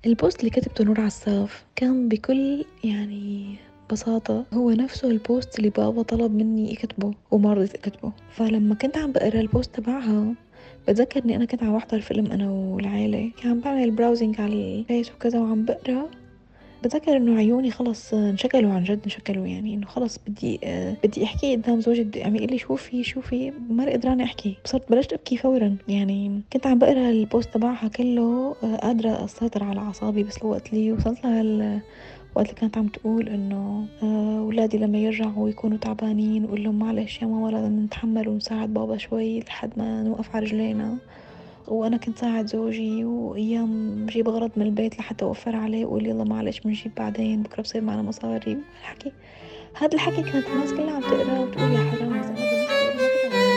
البوست اللي كتبته نور عساف كان بكل بساطة هو نفسه البوست اللي بابا طلب مني اكتبه وما رضيت اكتبه. فلما كنت عم بقرا البوست تبعها بتذكر اني انا كنت عم بحضر فيلم انا والعائلة، كان عم بعمل براوزنج على الفيس وكذا وعم بقرا. بتذكر انه عيوني خلص انشكلوا، عن جد انشكلوا، يعني انه خلص بدي احكي قدام زوجي، عم يقول لي شوفي ما قدرانه احكي. صرت بلشت ابكي فورا، يعني كنت عم بقرا البوست تبعها كله قادره اسيطر على اعصابي. بس لوقت اللي وصلت لها وقت اللي كانت عم تقول انه اولادي لما يرجعوا يكونوا تعبانين وقول لهم معلش يا ماما لازم نتحمل ونساعد بابا شوي لحد ما نوقف على رجلينا، وانا كنت ساعد زوجي وايام بجيب غرض من البيت لحتى اوفر عليه واقول يلا معلش بنجيب بعدين بكره بصير معنا مصاري. الحكي هذا الحكي كانت الناس كلها عم تقراه وتقول يا حرام، بس انا بالنسبه لي ما كنت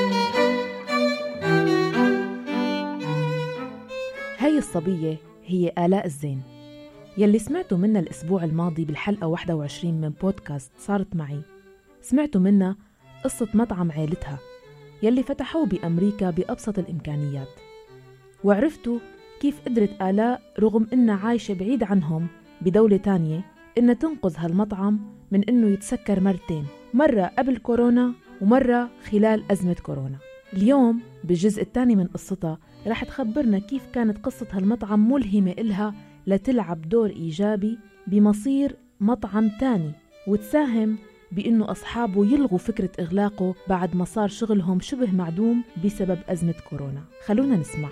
هاي الصبية هي آلاء الزين يلي سمعتوا منها الأسبوع الماضي بالحلقة 21 من بودكاست صارت معي. سمعتوا منها قصة مطعم عيلتها يلي فتحوه بأمريكا بأبسط الإمكانيات، وعرفتوا كيف قدرت آلاء رغم إنها عايشة بعيد عنهم بدولة تانية إنها تنقذ هالمطعم من إنه يتسكر مرتين، مرة قبل كورونا ومرة خلال أزمة كورونا. اليوم بالجزء الثاني من قصتها رح تخبرنا كيف كانت قصة هالمطعم ملهمة إلها لتلعب دور إيجابي بمصير مطعم تاني، وتساهم بأنه أصحابه يلغوا فكرة إغلاقه بعد ما صار شغلهم شبه معدوم بسبب أزمة كورونا. خلونا نسمع.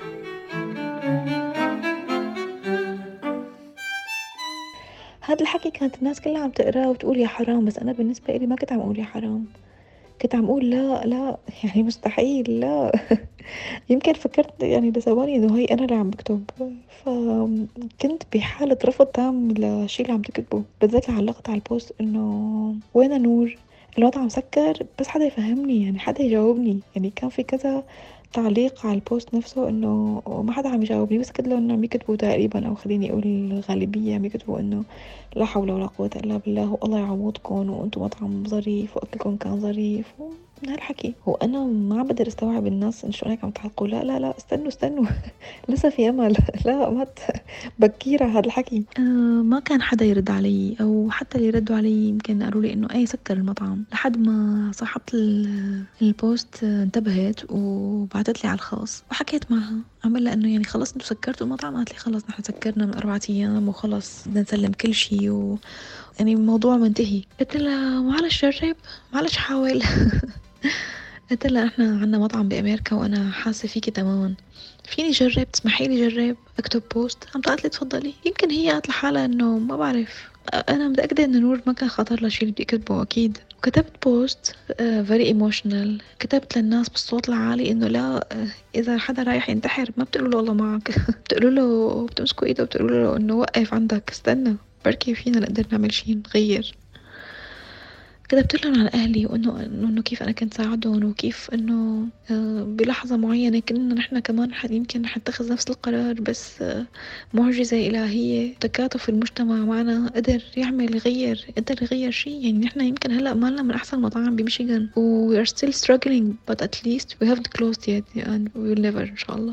هذا الحكي كانت الناس كلها عم تقراه وتقول يا حرام، بس انا بالنسبه لي ما كنت عم اقول يا حرام، كنت عم اقول لا يعني مستحيل لا. يمكن فكرت يعني لثواني انه هي انا اللي عم بكتب، فكنت بحالة رفض تام للشي اللي عم تكتبه. بتذكر علقت على البوست انه وين نور، المطعم سكر، بس حدا يفهمني، يعني حدا يجاوبني. يعني كان في كذا تعليق على البوست نفسه انه ما حدا عم يجاوبني، بس كلهم عم يكتبوا تقريبا، او خليني اقول الغالبية عم يكتبوا انه لا حول ولا قوة الا بالله، والله يعوضكم، وانتم مطعم ظريف واكلكم كان ظريف من هالحكي. وانا ما عم بقدر استوعب الناس ان شو هيك عم تحلقوا. لا استنوا لسه في امل. لا ما بكيرة هذا الحكي. ما كان حدا يرد علي، او حتى اللي يردوا علي يمكن قالوا لي انه اي سكر المطعم، لحد ما صاحبة البوست انتبهت وبعثت لي على الخاص وحكيت معها، عمل لها انه يعني خلص انتوا سكرتوا المطعم؟ قالت لي خلص نحن سكرنا من 4 ايام وخلص بدنا نسلم كل شيء يعني الموضوع منتهي. قلت لها معلش جرب، معلش حاول. قلت لها احنا عنا مطعم بامريكا وانا حاسه فيكي تماما، فيني جرب، تسمحي لي جرب اكتب بوست؟ قام قالت لي تفضلي. يمكن هي قالت لحالها انه ما بعرف، انا متاكده ان نور ما كان خاطر لها شيء اللي بدي اكتبه اكيد. وكتبت بوست very emotional، كتبت للناس بالصوت العالي انه لا، اذا حدا رايح ينتحر ما بتقولوا له الله معك. بتقولوا له، بتمسكوا ايده وبتقولوا له انه وقف عندك، استنى بركي فينا نقدر نعمل شيء نغير. كتبت لهم عن أهلي وإنه كيف أنا كنت ساعدهم، وكيف إنه بلحظة معينة كنا نحن كمان يمكن رح نتخذ نفس القرار، بس معجزة إلهية، تكاتف المجتمع معنا قدر قدر يغير شيء. يعني نحن يمكن هلأ ما لنا من أحسن مطاعم بميشيغان و we are still struggling, but at least we haven't closed yet and we will never إن شاء الله.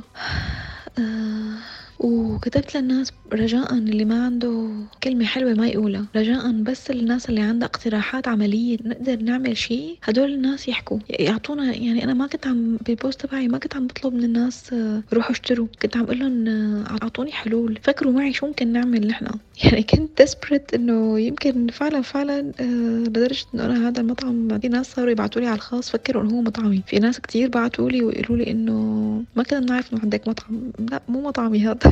وكتبت للناس رجاء اللي ما عنده كلمة حلوة ما يقولها، رجاء بس الناس اللي عندها اقتراحات عملية نقدر نعمل شيء هدول الناس يحكوا يعطونا. يعني أنا ما كنت عم بالبوست تبعي ما كنت عم بطلب من الناس روحوا اشتروا، كنت عم قلن اعطوني حلول، فكروا معي شو ممكن نعمل نحن. يعني كنت desperate انه يمكن فعلا لدرجة انه انا هذا المطعم في ناس صاروا يبعتوا لي على الخاص فكروا انه هو مطعمي. في ناس كتير بعتوا لي ويقولوا لي انه ما كنا نعرف انه عندك مطعم. لا مو مطعمي هذا.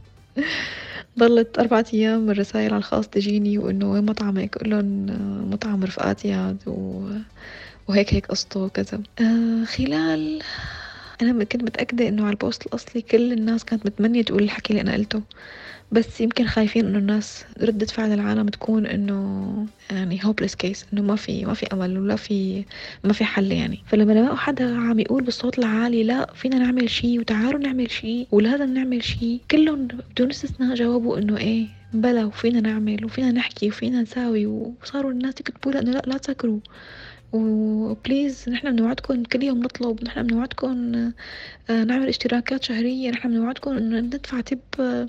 ضلت 4 أيام الرسائل على الخاص تجيني وإنه وين مطعمك، أقول لهم مطعم رفقاتي هذا وهيك قصته وكذا. خلال أنا كنت متأكدة إنه على البوست الأصلي كل الناس كانت متمنية تقول الحكي اللي أنا قلته، بس يمكن خايفين إنه الناس ردة فعل العالم تكون إنه يعني hopeless case، إنه ما في أمل ولا ما في حل يعني. فلما لقوا حدا عم يقول بالصوت العالي لا فينا نعمل شيء وتعالوا نعمل شيء ولازم نعمل شيء، كلهم بدون استثناء جاوبوا إنه إيه بلا، وفينا نعمل وفينا نحكي وفينا نساوي. وصاروا الناس يكتبوا لأ لا تسكروا، وبليز نحن بنوعدكم كل يوم نطلب، نحن بنوعدكم نعمل اشتراكات شهرية، نحن بنوعدكم إنه ندفع تب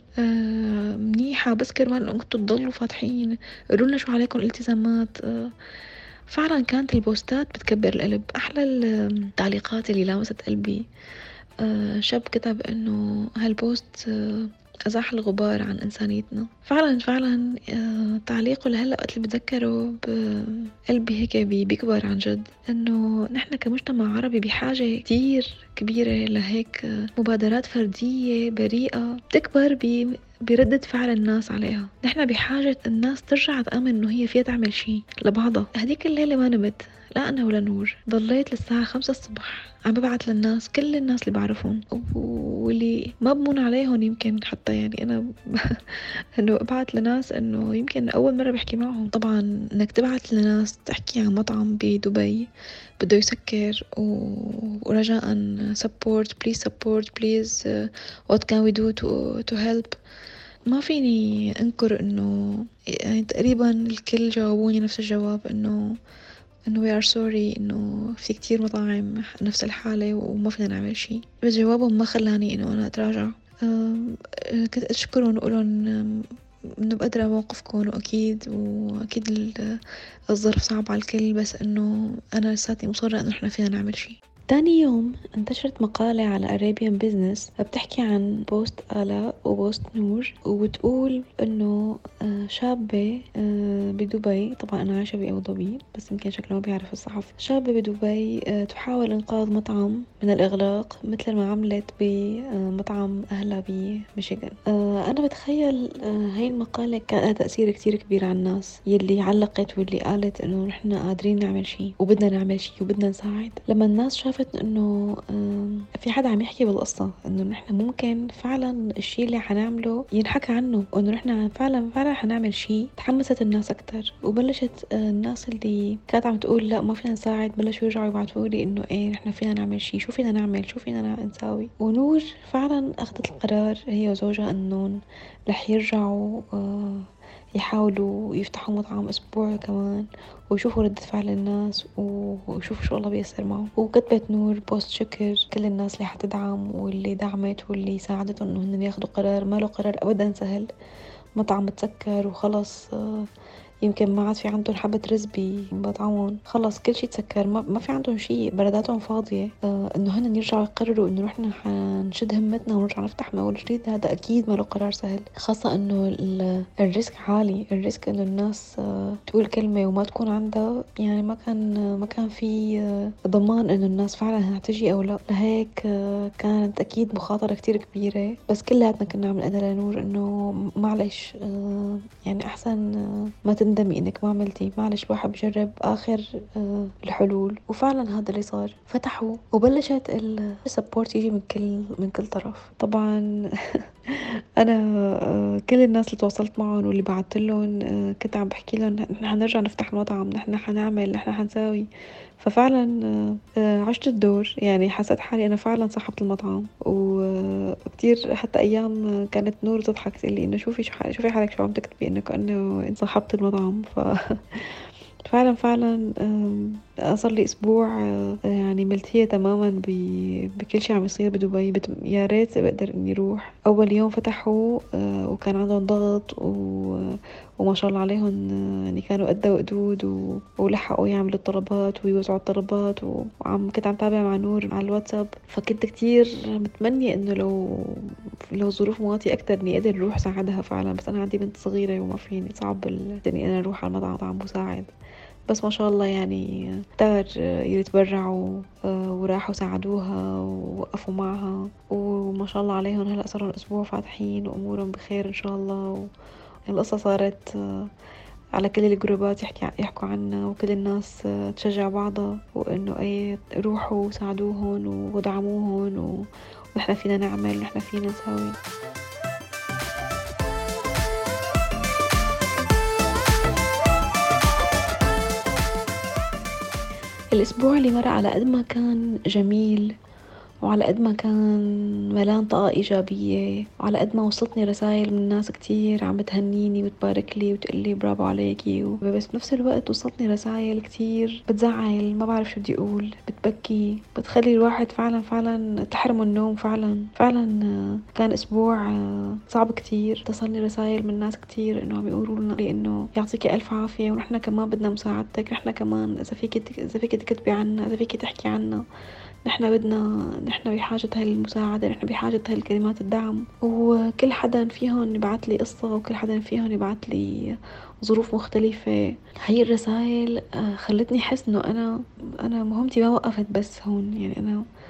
منيحة، بس كرمال إنكم تضلوا فاتحين، قولوا لنا شو عليكم الالتزامات. فعلا كانت البوستات بتكبر القلب. أحلى التعليقات اللي لامست قلبي شاب كتب إنه هالبوست أزاح الغبار عن إنسانيتنا. فعلا فعلا تعليقه لهلأ وقت اللي بتذكره بقلبي هيك بيكبر عن جد، إنه نحن كمجتمع عربي بحاجة كتير كبيرة لهيك مبادرات فردية بريئة بتكبر بردة فعل الناس عليها. نحن بحاجة الناس ترجع تآمن إنه هي فيها تعمل شي لبعضها. هديك الليلة ما نمت، لا أنا ولا نور، ضليت للساعة 5 الصبح عم ببعت للناس، كل الناس اللي بعرفهم واللي ما بمون عليهم، يمكن حتى يعني أنا إنه أبعت لناس إنه يمكن أول مرة بحكي معهم. طبعا إنك تبعت لناس تحكي عن مطعم بدبي بده يسكر ورجاء support please what can we do to help. ما فيني أنكر إنه يعني تقريبا الكل جاوبوني نفس الجواب، إنه we are sorry، إنه في كتير مطاعم نفس الحالة وما فينا نعمل شي. بس جوابهم ما خلاني إنه أنا أتراجع. كنت أشكرهم وأقولهم إنه بقدر موقفكم، وأكيد الظرف صعب على الكل، بس إنه أنا لساتني مصرة إنه إحنا فينا نعمل شي. تاني يوم انتشرت مقالة على Arabian Business بتحكي عن بوست آلاء وبوست نور، وبتقول انه شابة بدبي، طبعا انا عايشة بأبو ظبي بس يمكن شكله ما بيعرف الصحف، شابة بدبي تحاول انقاذ مطعم من الاغلاق مثل ما عملت بمطعم اهلها بميشيغان. انا بتخيل هاي المقالة كان لها تأثير كتير كبير على الناس يلي علقت واللي قالت انه نحن قادرين نعمل شي وبدنا نعمل شي وبدنا نساعد. لما الناس شافت انه في حدا عم يحكي بالقصة، انه نحن ممكن فعلا الشي اللي حنعمله ينحكى عنه، وانه نحن فعلا حنعمل شي، تحمست الناس اكتر، وبلشت الناس اللي كانت عم تقول لا ما فينا نساعد بلشوا يرجعوا يبعثوا لي انه ايه نحن فينا نعمل شي، شو فينا نعمل، شو فينا نساوي. ونور فعلا اخذت القرار هي وزوجها انه رح يرجعوا يحاولوا يفتحوا مطعم أسبوع كمان ويشوفوا ردة فعل الناس ويشوفوا شو الله بيسر معه. وكتبت نور بوست شكر كل الناس اللي حتدعم واللي دعمت واللي ساعدتهم إنه هن ياخدوا قرار ما له قرار أبدا سهل. مطعم متسكر وخلص، يمكن ما عاد في عندهم حبة رز بمطعمهم، خلص كل شي تسكر، ما في عندهم شي، بلداتهم فاضية. انه هن يرجعوا يقرروا انه نحن حنشد همتنا ونرجع نفتح من اول جديد، هذا اكيد ما له قرار سهل، خاصة انه الريسك عالي. الريسك انه الناس تقول كلمة وما تكون عندها، يعني ما كان في ضمان انه الناس فعلا هتجي او لا. لهيك كانت اكيد مخاطرة كتير كبيرة، بس كلياتنا كنا عم نقدر نور انه معلش، يعني احسن ما تندمي انك ما عملتي، معلش الواحد بجرب اخر الحلول. وفعلا هذا اللي صار، فتحوا وبلشت السبورت يجي من كل طرف. طبعا انا كل الناس اللي تواصلت معهم واللي بعثت لهم كنت عم بحكي لهم نحن حنرجع نفتح المطعم، نحن حنعمل، نحن حنساوي. ففعلا عشت الدور، يعني حسيت حالي انا فعلا صاحبة المطعم. وكتير حتى ايام كانت نور تضحك تقول لي انه شوفي حالك شو عم تكتبي، انه كأنه انت صاحبة المطعم. فعلا صار لي اسبوع يعني ملتهية تماما بكل شيء عم يصير بدبي. يا ريت بقدر اني اروح. اول يوم فتحوا وكان عندهم ضغط وما شاء الله عليهم، يعني كانوا قد وقدود ولحقوا يعملوا الطلبات ويوزعوا الطلبات. كنت عم تابع مع نور على الواتساب، فكنت كتير متمنية انه لو ظروف مواتية اكتر اني اقدر اروح ساعدها فعلا، بس انا عندي بنت صغيرة وما فيني، صعب اني انا اروح على المطعم وساعد. بس ما شاء الله يعني كتار يتبرعوا وراحوا ساعدوها ووقفوا معها، وما شاء الله عليهم هلأ صاروا أسبوع فاتحين وأمورهم بخير إن شاء الله. القصة صارت على كل الجروبات يحكوا عنها، وكل الناس تشجع بعضها، وإنه أي روحوا وساعدوهن ودعموهن، ونحن فينا نعمل، نحن فينا نساوي. الأسبوع اللي مر على قد ما كان جميل وعلى قد ما كان ملان طاقة إيجابية، وعلى قد ما وصلتني رسائل من ناس كتير عم بتهنيني وتبارك لي وتقول لي برافو عليكي بس بنفس الوقت وصلتني رسائل كتير بتزعل، ما بعرف شو بدي أقول، بتبكي، بتخلي الواحد فعلا فعلا تحرمه النوم. فعلا فعلا كان أسبوع صعب كتير. اتصلني رسائل من ناس كتير إنه عم يقولوا لنا إنه يعطيكي ألف عافية، ونحن كمان بدنا مساعدتك، نحن كمان إذا فيك تكتبي عنا، إذا فيك تحكي عنا، نحن بحاجة هاي المساعدة، نحن بحاجة هاي الكلمات الدعم. وكل حدا فيهم يبعت لي قصة، وكل حدا فيهم يبعت لي ظروف مختلفة. هاي الرسائل خلتني أحس إنه أنا مهمتي ما وقفت بس هون. يعني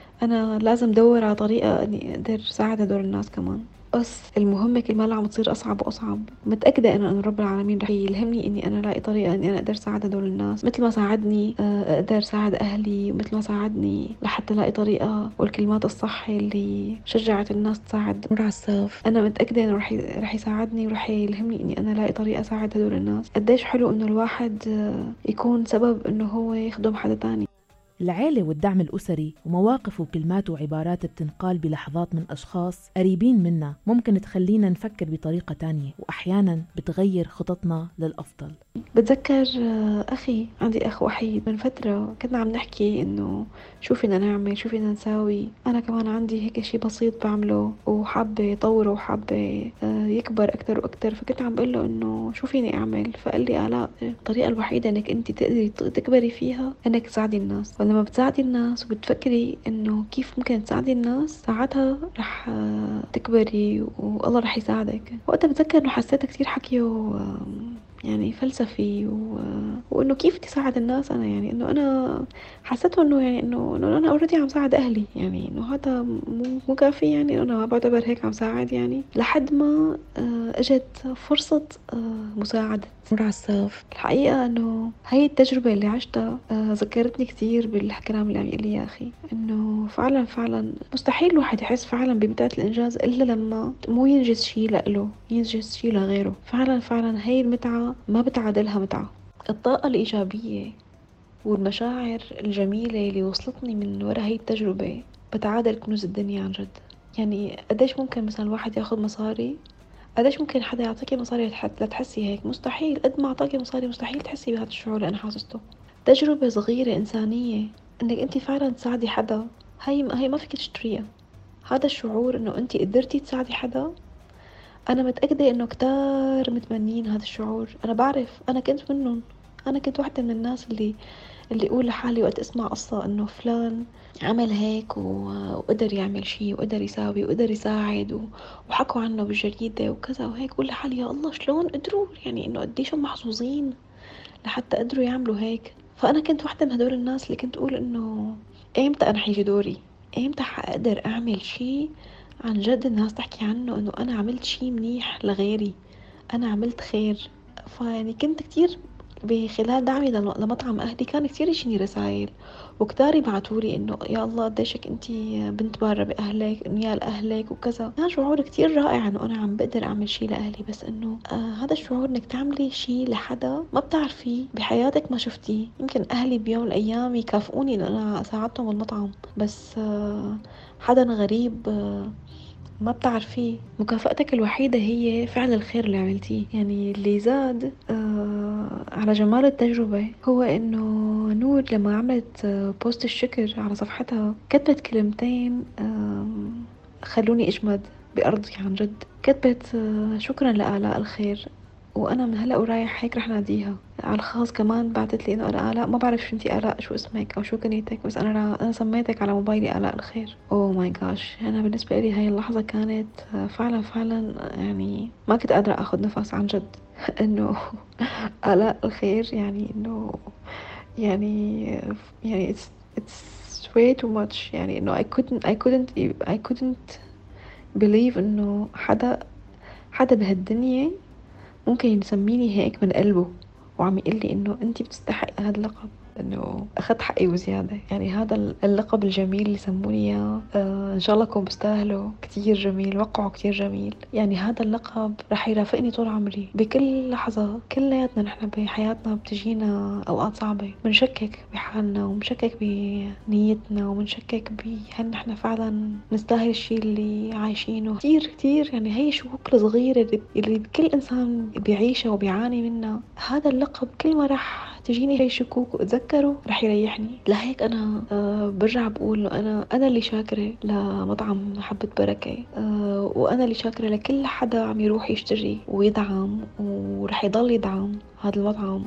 أنا لازم أدور على طريقة إني أقدر أساعد هدول الناس كمان. بس المهمة كل ما عم تصير أصعب وأصعب، متأكدة أنا رب العالمين رح يلهمني إني أنا ألاقي طريقة إني أنا أقدر أساعد هدول الناس، مثل ما ساعدني أقدر أساعد أهلي، ومثل ما ساعدني لحتى ألاقي طريقة والكلمات الصح اللي شجعت الناس تساعد نور عساف. أنا متأكدة إنه رح يساعدني، ورح يلهمني إني أنا ألاقي طريقة أساعد هدول الناس. قديش حلو إنه الواحد يكون سبب إنه هو يخدم حدا تاني. العيلة والدعم الأسري ومواقف وكلمات وعبارات بتنقال بلحظات من أشخاص قريبين منا ممكن تخلينا نفكر بطريقة تانية، وأحيانا بتغير خططنا للأفضل. بتذكر أخي، عندي أخ وحيد، من فترة كنا عم نحكي إنه شو فينا نعمل، شو فينا نساوي. أنا كمان عندي هيك شي بسيط بعمله وحابة أطوره، وحابة يكبر أكتر وأكتر. فكنت عم بقول له إنه شو فيني أعمل، فقال لي آلاء، الطريقة الوحيدة إنك أنت تقدري تكبري فيها إنك تساعدي الناس. ولما بتساعدي الناس وبتفكري إنه كيف ممكن تساعدي الناس، ساعتها رح تكبري والله رح يساعدك. وقتها بتذكر إنه حسيت كتير حكيه يعني فلسفي وانه كيف تساعد الناس. انا يعني انه انا حسيته انه يعني انه انا اوريدي عم ساعد اهلي، يعني انه هذا مو كافي، يعني انا ما بعتبر هيك عم ساعد. يعني لحد ما اجت فرصة مساعدة نور عساف. الحقيقة انه هاي التجربة اللي عشتها ذكرتني كثير بالكلام اللي عم يقول لي يا اخي، انه فعلا فعلا مستحيل الواحد يحس فعلا بمتعة الانجاز الا لما مو ينجز شيء لإله، ينجز شيء لغيره. فعلا فعلا هاي المتعة ما بتعادلها متعة. الطاقة الإيجابية والمشاعر الجميلة اللي وصلتني من وراء هاي التجربة بتعادل كنوز الدنيا عن جد. يعني قديش ممكن مثلا الواحد ياخد مصاري، قديش ممكن حدا يعطيكي مصاري لتحسي هيك؟ مستحيل. قد ما اعطاكي مصاري مستحيل تحسي بهذا الشعور اللي انا حاسسته. تجربة صغيرة إنسانية انك انت فعلا تساعدي حدا، هي ما فيك تشتريها. هذا الشعور انه انت قدرتي تساعدي حدا، انا متأكدة انه كتار متمنين هذا الشعور. انا بعرف، انا كنت منهم. انا كنت واحدة من الناس اللي اقول لحالي وقت اسمع قصة انه فلان عمل هيك وقدر يعمل شيء، وقدر يساوي، وقدر يساعد وحكوا عنه بالجريدة وكذا وهيك، اقول لحالي يا الله شلون قدروا، يعني انه قديش هم محظوظين لحتى قدروا يعملوا هيك. فانا كنت واحدة من هدول الناس اللي كنت اقول انه ايمتى انا حيجي دوري، ايمتى حقدر اعمل شيء عن جد الناس تحكي عنه انه انا عملت شيء منيح لغيري، انا عملت خير. فيعني كنت كتير بخلال دعمي لمطعم اهلي كان كتير يجيني رسائل، وكتار يبعتولي انه يا الله قديشك انتي بنت بارة باهلك، يا لاهلك وكذا. كان شعور كتير رائع انه انا عم بقدر اعمل شي لاهلي. بس انه هذا الشعور انك تعملي شي لحدا ما بتعرفيه بحياتك، ما شفتيه. يمكن اهلي بيوم من الايام يكافئوني ان انا ساعدتهم بالمطعم، بس حدا غريب ما بتعرفيه. مكافأتك الوحيدة هي فعل الخير اللي عملتيه. يعني اللي زاد على جمال التجربة هو انه نور لما عملت بوست الشكر على صفحتها كتبت كلمتين خلوني اجمد بأرضي عن جد. كتبت شكرا لآلاء الخير، وانا من هلا ورايح هيك رح ناديها. على الخاص كمان بعتت لي انه انا آلاء، ما بعرف شو انتي آلاء، شو اسمك او شو كنيتك، بس انا سميتك على موبايلي آلاء الخير. اوه ماي جاش، انا بالنسبه لي هاي اللحظه كانت فعلا فعلا يعني ما كنت قادره اخذ نفس عن جد. انه آلاء الخير، يعني انه يعني يعني it's way too much. يعني انه I couldn't believe انه حدا بهالدنيا ممكن يسميني هيك من قلبه، وعم يقول لي انه انتي بتستحق هذا اللقب. انه اخذت حقي وزيادة. يعني هذا اللقب الجميل اللي سموني اياه ان شاء الله اكون بستاهله، كتير جميل، وقعه كتير جميل. يعني هذا اللقب رح يرافقني طول عمري بكل لحظة. كلياتنا نحن بحياتنا بتجينا اوقات صعبة، بنشكك بحالنا وبنشكك بنيتنا وبنشكك بهل نحن فعلا نستاهل الشيء اللي عايشينه. كتير كتير يعني هي الشكوك الصغيرة اللي كل انسان بيعيشها وبيعاني منها. هذا اللقب كل ما رح تجيني هاي الشكوك واتذكره رح يريحني. لهيك انا برجع بقول انه انا اللي شاكرة لمطعم حبة بركة، وانا اللي شاكرة لكل حدا عم يروح يشتري ويدعم ورح يضل يدعم هذا المطعم.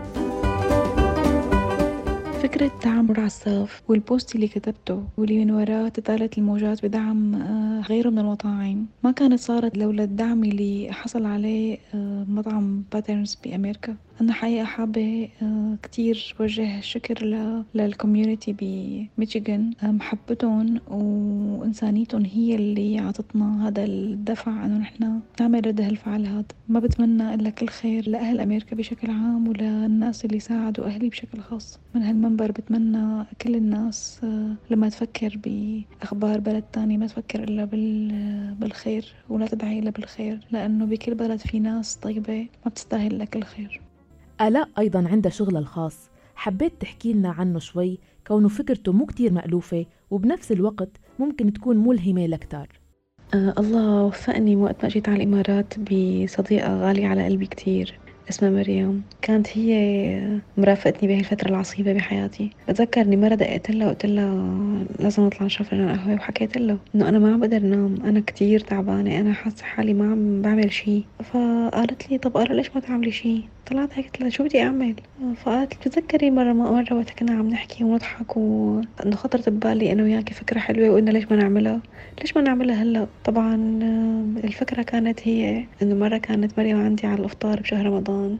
فكرة دعم نور عساف والبوست اللي كتبته واللي من وراه تتالت الموجات بدعم غيره من المطاعم ما كانت صارت لولا الدعم اللي حصل عليه مطعم باترنز بأمريكا. أنا حقيقة حابة كتير وجه الشكر للكوميونيتي بميشيغان. محبتهم وإنسانيتهم هي اللي عطتنا هذا الدفع إنه نحنا نعمل رد هالفعل هاد. ما بتمنى إلا كل خير لأهل أمريكا بشكل عام وللناس اللي ساعدوا أهلي بشكل خاص. من هالمنبر بتمنى كل الناس لما تفكر بأخبار بلد تاني ما تفكر إلا بالخير ولا تدعي إلا بالخير، لأنه بكل بلد في ناس طيبة ما بتستاهل لك الخير. آلاء أيضا عندها شغلها الخاص، حبيت تحكي لنا عنه شوي، كونه فكرته مو كتير مألوفة وبنفس الوقت ممكن تكون ملهمة لكتار. الله وفقني وقت ما جيت على الإمارات بصديقة غالية على قلبي كتير اسمها مريم. كانت هي مرافقتني بهي الفترة العصيبة بحياتي. بتذكر اني مرة دقيت لها وقلت لها لازم نطلع نشرب فنجان قهوة، وحكيت لها انه انا ما عم بقدر نام، انا كتير تعبانة، انا حاسة حالي ما عم بعمل شي. فقالت لي طب قال ليش ما تعملي شي؟ طلعت هيك قلت لها شو بدي اعمل؟ فقالت لي بتذكري مرة وقت كنا عم نحكي ونضحك وانه خطرت ببالي انا وياكي فكرة حلوة وقلنا ليش ما نعملها؟ ليش ما نعملها هلا؟ طبعا الفكرة كانت هي انه مرة كانت مريم عندي على الافطار بشهر رمضان،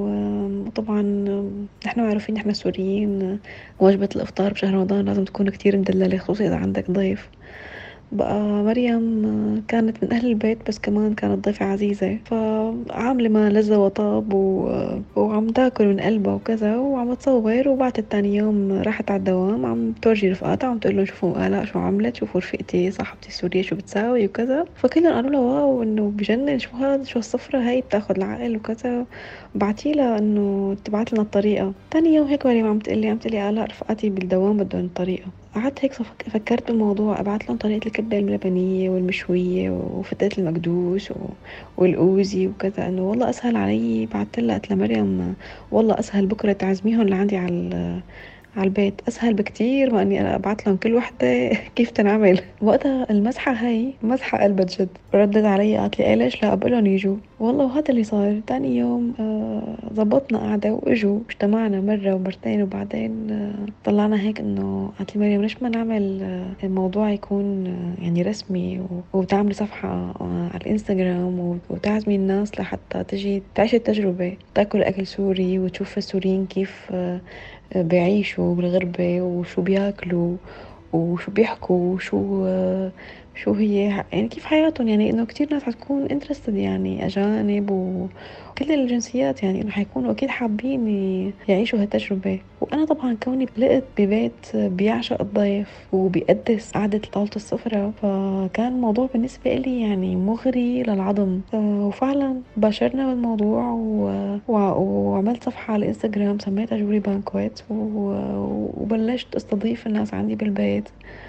وطبعا نحن معروفين نحن سوريين وجبة الافطار بشهر رمضان لازم تكون كتير مدللة، خصوصي اذا عندك ضيف. بقى مريم كانت من أهل البيت بس كمان كانت ضيفة عزيزة، فعاملة ما لذة وطاب وعم تاكل من قلبها وكذا وعم تصور. وبعد تاني يوم راحت على الدوام عم تورجي رفقاتها عم تقول لهم شوفوا آلاء شو عملت، شوفوا رفيقتي صاحبتي السورية شو بتساوي وكذا. فكلهم قالوا لها واو انه بجنن، شو هذا، شو الصفرة هاي بتاخد العقل وكذا. بعتي لها انه تبعت لنا الطريقة. تاني يوم هيك مريم عم تقلي آلاء رفقاتي بالدوام بدهم الطريقة. قعدت هيك فكرت بالموضوع، ابعت لهم طريقة الكبة الملبنية والمشوية وفتة المقدوس والأوزي وكذا، انه والله اسهل علي. بعت لها قلت لمريم والله اسهل بكرة تعزميهم لعندي على البيت، اسهل بكتير ما اني انا ابعت لهم كل وحده كيف تنعمل. وقتها المسحه هاي مسحه قلبت جد. ردت علي قالت لي ايه ليش لا بقول لهم يجوا. والله وهذا اللي صار. تاني يوم زبطنا قعده واجوا، اجتمعنا مره ومرتين وبعدين طلعنا هيك انه قالت لي مريم ليش ما نعمل الموضوع يكون يعني رسمي وتعملي صفحه على الانستغرام وتعزمي الناس لحتى تجي تعيش التجربه، تاكل اكل سوري وتشوف السوريين كيف بيعيشوا بالغربة وشو بياكلوا وشو بيحكوا شو هي يعني كيف حياتهم. يعني انه كتير ناس حتكون انترستد، يعني اجانب وكل الجنسيات، يعني انه حيكونوا اكيد حابين يعيشوا هالتجربة. وانا طبعا كوني بلقت ببيت بيعشق الضيف وبيقدس قعدة طاولة السفرة، فكان الموضوع بالنسبة لي يعني مغري للعظم. وفعلا باشرنا بالموضوع وعملت صفحة على الانستغرام سميتها جوري بانكويت وبلشت استضيف الناس عندي بالبيت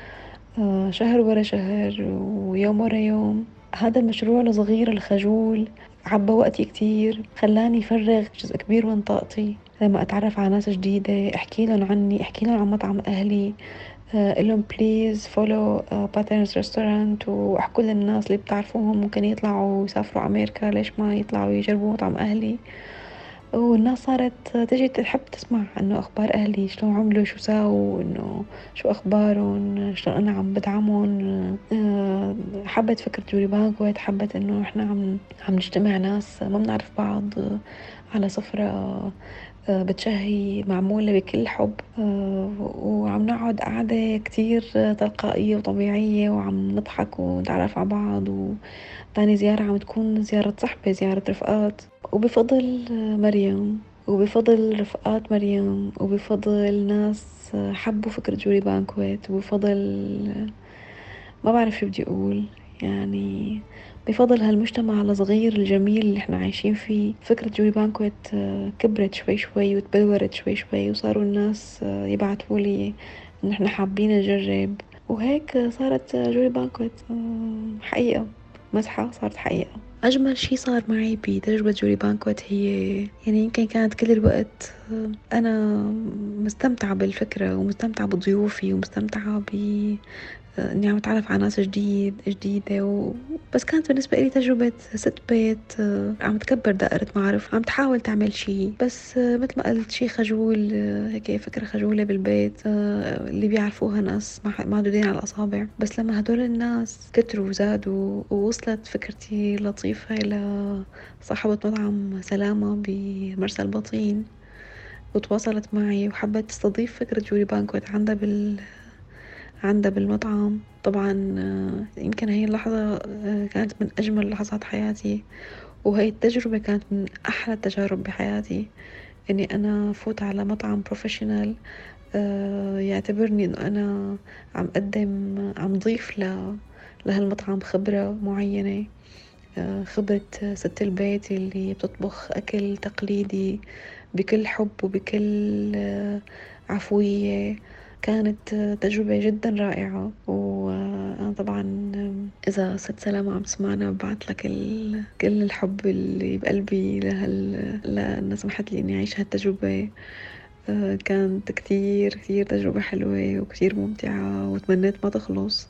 شهر ورا شهر ويوم ورا يوم. هذا المشروع الصغير الخجول عبى وقتي كتير، خلاني أفرغ جزء كبير من طاقتي لما أتعرف على ناس جديدة، أحكي لهم عني، أحكي لهم عن مطعم أهلي، قل لهم بليز فولو باترنز ريستورانت، وأحكوا للناس اللي بتعرفوهم ممكن يطلعوا يسافروا أمريكا ليش ما يطلعوا يجربوا مطعم أهلي. والناس صارت تجي تحب تسمع انه اخبار اهلي شلون عملوا شو ساووا، انه شو اخبارهم، شلون انا عم بدعمهم. حبت فكرة جوري بانكويت، حبت انه احنا عم نجتمع ناس ما بنعرف بعض على سفرة بتشهي معمولة بكل حب، وعم نقعد قعدة كتير تلقائية وطبيعية وعم نضحك ونتعرف على بعض. وتاني زيارة عم تكون زيارة صحبة، زيارة رفقات. وبفضل مريم وبفضل رفقات مريم، وبفضل ناس حبوا فكرة جولي بانكويت، وبفضل ما بعرف شو بدي أقول يعني، بفضل هالمجتمع الصغير الجميل اللي احنا عايشين فيه. فكرة جولي بانكويت كبرت شوي شوي وتبلورت شوي شوي، وصاروا الناس يبعتوا لي إن احنا حابين نجرب، وهيك صارت جولي بانكويت حقيقة، مزحة صارت حقيقة. أجمل شي صار معي بتجربة جولي بانكويت هي يعني يمكن كانت كل الوقت أنا مستمتعة بالفكرة، ومستمتعة بضيوفي، ومستمتعة اني عم اتعرف على ناس جديدة بس كانت بالنسبة لي تجربة ست بيت عم تكبر دائرة معارف، عم تحاول تعمل شي، بس مثل ما قلت شي خجول، هيك فكرة خجولة بالبيت، اللي بيعرفوها ناس معدودين على الأصابع. بس لما هدول الناس كتروا وزادوا، ووصلت فكرتي لطيفة إلى صاحبة مطعم سلامة بمرسى البطين، وتواصلت معي وحبت تستضيف فكرة جولي بانكويت عندها بالمطعم. طبعا يمكن هي اللحظة كانت من أجمل لحظات حياتي، وهي التجربة كانت من أحلى التجارب بحياتي، إني أنا فوت على مطعم بروفيشنال يعتبرني إنه أنا عم ضيف لهالمطعم خبرة معينة، خبرة ست البيت اللي بتطبخ أكل تقليدي بكل حب وبكل عفوية. كانت تجربة جدا رائعة، وأنا طبعا إذا ست سلامة عم تسمعنا ببعث لك كل الحب اللي بقلبي لأنها سمحت لي إني أعيش هالتجربة. كانت كتير كتير تجربة حلوة وكتير ممتعة، وتمنيت ما تخلص.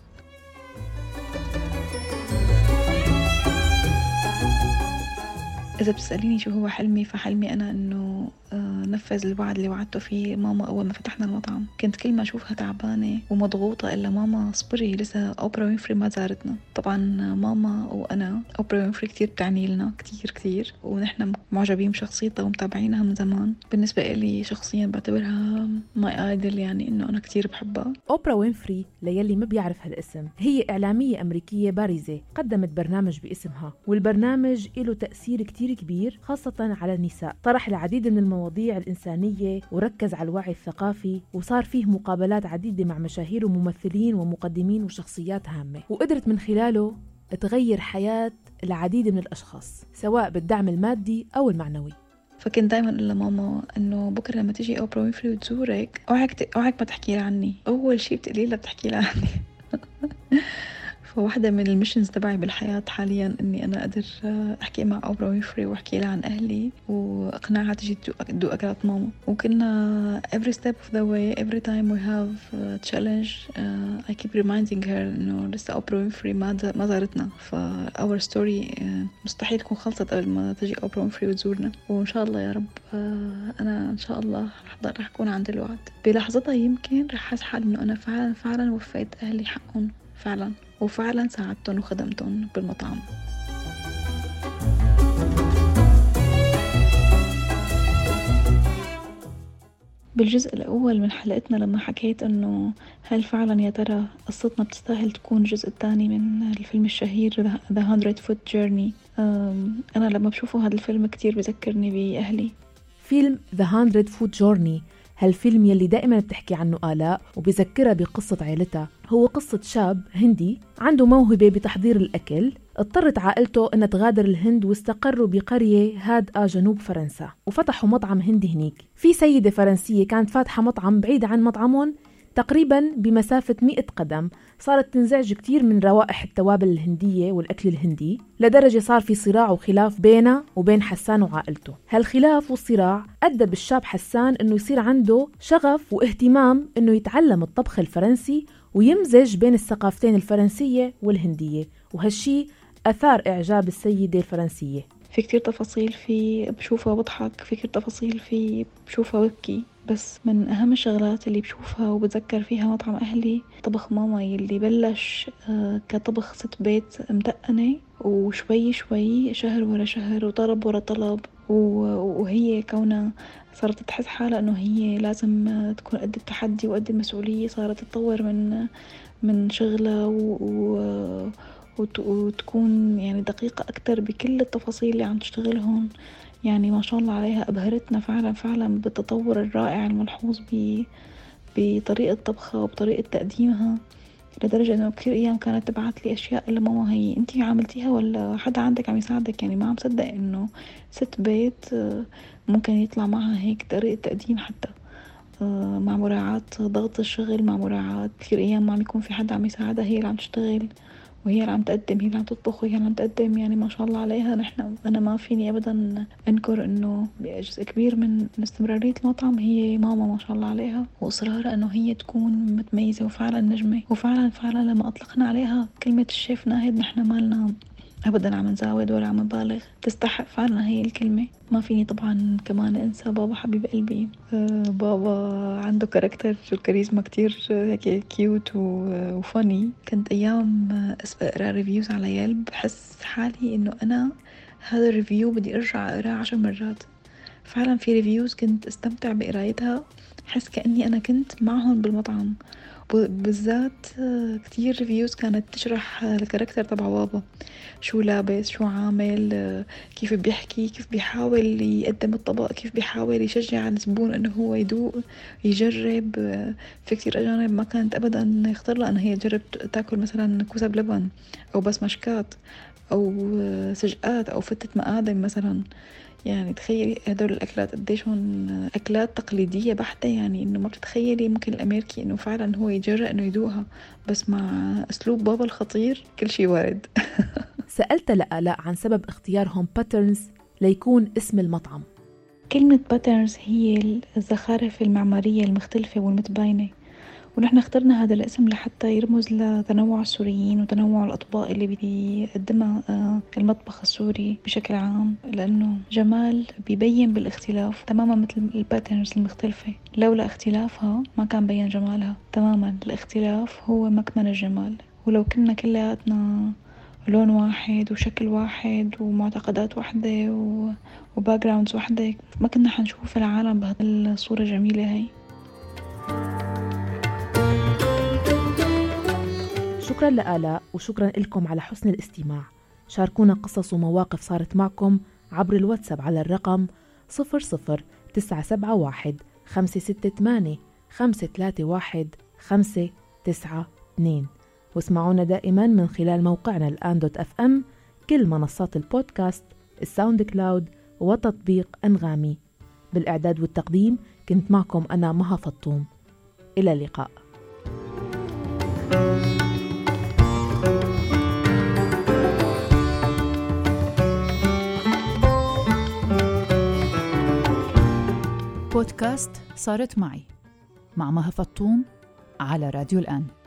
إذا بتسأليني شو هو حلمي، فحلمي أنا إنه نفذ الوعد اللي وعدته فيه ماما أول ما فتحنا المطعم. كنت كل ما أشوفها تعبانة ومضغوطة إلا ماما اصبري لسه أوبرا وينفري ما زارتنا. طبعا ماما وأنا أوبرا وينفري كتير بتعني لنا كتير كتير، ونحن معجبين بشخصيتها ومتابعينها من زمان. بالنسبة إلي شخصيا بعتبرها ماي آيدل، يعني إنه أنا كتير بحبها. أوبرا وينفري ليلي ما بيعرف هالاسم، هي إعلامية أمريكية بارزة قدمت برنامج باسمها، والبرنامج له تأثير كتير كبير خاصة على النساء. طرح العديد من المواضيع الإنسانية وركز على الوعي الثقافي، وصار فيه مقابلات عديدة مع مشاهير وممثلين ومقدمين وشخصيات هامة، وقدرت من خلاله تغير حياة العديد من الأشخاص سواء بالدعم المادي أو المعنوي. فكنت دايما اقول لماما انه بكره لما تيجي اوبرا وينفري وتزورك اوعك ما تحكي لها عني، اول شيء بتقولي لها بتحكي لها عني. فواحدة من الميشنز تبعي بالحياة حاليا اني انا اقدر احكي مع اوبرا وينفري واحكي لها عن اهلي، واقنعها تجي تدوق اكلات ماما. وكنا every step of the way, every time we have a challenge, I keep reminding her انه لسه اوبرا وينفري ما زارتنا، our story مستحيل تكون خلصت قبل ما تجي اوبرا وينفري وتزورنا. وان شاء الله يا رب انا ان شاء الله رح اكون عند الوعد بلحظتها. يمكن رح احس حالي انه انا فعلا وفيت اهلي حقهم فعلا، وفعلا ساعدتهم وخدمتهم بالمطعم. بالجزء الأول من حلقتنا لما حكيت أنه هل فعلا يا ترى قصتنا بتستاهل تكون الجزء الثاني من الفيلم الشهير The 100 Foot Journey. أنا لما بشوفه هذا الفيلم كتير بذكرني بأهلي. فيلم The 100 Foot Journey، هالفيلم يلي دائما بتحكي عنه آلاء وبذكرها بقصة عائلتها، هو قصة شاب هندي عنده موهبة بتحضير الأكل. اضطرت عائلته أن تغادر الهند واستقروا بقرية هادئة جنوب فرنسا، وفتحوا مطعم هندي هنيك. في سيدة فرنسية كانت فاتحة مطعم بعيد عن مطعمهم تقريبا بمسافة 100 قدم. صارت تنزعج كتير من روائح التوابل الهندية والأكل الهندي، لدرجة صار في صراع وخلاف بينه وبين حسان وعائلته. هالخلاف والصراع أدى بالشاب حسان أنه يصير عنده شغف واهتمام أنه يتعلم الطبخ الفرنسي ويمزج بين الثقافتين الفرنسية والهندية، وهالشي أثار إعجاب السيدة الفرنسية. في كتير تفاصيل في بشوفها بضحك، في كتير تفاصيل في بشوفها ببكي، بس من أهم الشغلات اللي بشوفها وبتذكر فيها مطعم أهلي طبخ ماما يلي بلش كطبخ ست بيت مدقنة، وشوي شوي شهر ورا شهر وطلب ورا طلب، وهي كونها صارت تحس حالها أنه هي لازم تكون قد التحدي وقد المسؤولية، صارت تطور من شغلها وتكون يعني دقيقة أكتر بكل التفاصيل اللي عم تشتغلهم. يعني ما شاء الله عليها أبهرتنا فعلا فعلا بالتطور الرائع الملحوظ بطريقة طبخها وبطريقة تقديمها، لدرجة انه كثير ايام كانت تبعت لي اشياء اللي ماما هي انتي عملتيها ولا حدا عندك عم يساعدك. يعني ما عم صدق انه ست بيت ممكن يطلع معها هيك طريقة تقديم حتى، مع مراعاة ضغط الشغل، مع مراعاة كثير ايام ما عم يكون في حدا عم يساعدها، هي اللي عم تشتغل وهي اللي عم تقدم، هي اللي عم تطبخ وهي اللي عم تقدم. يعني ما شاء الله عليها. أنا ما فيني أبدا أنكر إنه جزء كبير من استمرارية المطعم هي ماما ما شاء الله عليها، وإصرارها إنه هي تكون متميزة وفعلا نجمة. وفعلا فعلا لما أطلقنا عليها كلمة الشيف ناهد نحن مالنا أبدا عم نزاود ولا عم نبالغ، تستحق فعلا هي الكلمة. ما فيني طبعا كمان أنسى بابا حبيب قلبي. بابا عنده كاركتر وكاريزما كتير هيك كيوت وفاني. كنت أيام أقرأ ريفيوز على يلب بحس حالي إنه أنا هذا الريفيو بدي أرجع أقرأه 10 مرات. فعلا في ريفيوز كنت استمتع بقرايتها، حس كأني أنا كنت معهم بالمطعم. بالذات كتير ريفيوز كانت تشرح الكاركتر تبع بابا، شو لابس، شو عامل، كيف بيحكي، كيف بيحاول يقدم الطبق، كيف بيحاول يشجع الزبون انه هو يدوق يجرب. في كتير اجانب ما كانت ابدا يخطر لها انها هي تجرب تاكل مثلا كوسه بلبن او بس مشكات او سجقات او فتة مقادم مثلا. يعني تخيلي هدول الأكلات قديش هون أكلات تقليدية بحتة، يعني إنه ما بتتخيلي ممكن الأمريكي إنه فعلا هو يتجرأ إنه يدوقها، بس مع أسلوب بابا الخطير كل شي وارد. سألت لآلاء عن سبب اختيارهم باترنز ليكون اسم المطعم. كلمة باترنز هي الزخارف المعمارية المختلفة والمتباينة، ونحن اخترنا هذا الاسم لحتى يرمز لتنوع السوريين وتنوع الأطباق اللي بيقدمها المطبخ السوري بشكل عام، لأنه جمال بيبين بالاختلاف تماما مثل الباترنز المختلفة. لولا اختلافها ما كان بين جمالها تماما. الاختلاف هو مكمن الجمال. ولو كنا كلياتنا لون واحد وشكل واحد ومعتقدات واحدة وباك جراوندز واحدة ما كنا حنشوف العالم بهذه الصورة الجميلة هاي. شكرا لآلاء وشكرا لكم على حسن الاستماع. شاركونا قصص ومواقف صارت معكم عبر الواتساب على الرقم 00971 568 531 592، واسمعونا دائما من خلال موقعنا الآن.fm، كل منصات البودكاست، الساوند كلاود وتطبيق أنغامي. بالإعداد والتقديم كنت معكم أنا مها فطوم. إلى اللقاء. بودكاست صارت معي مع مها فطوم على راديو الآن.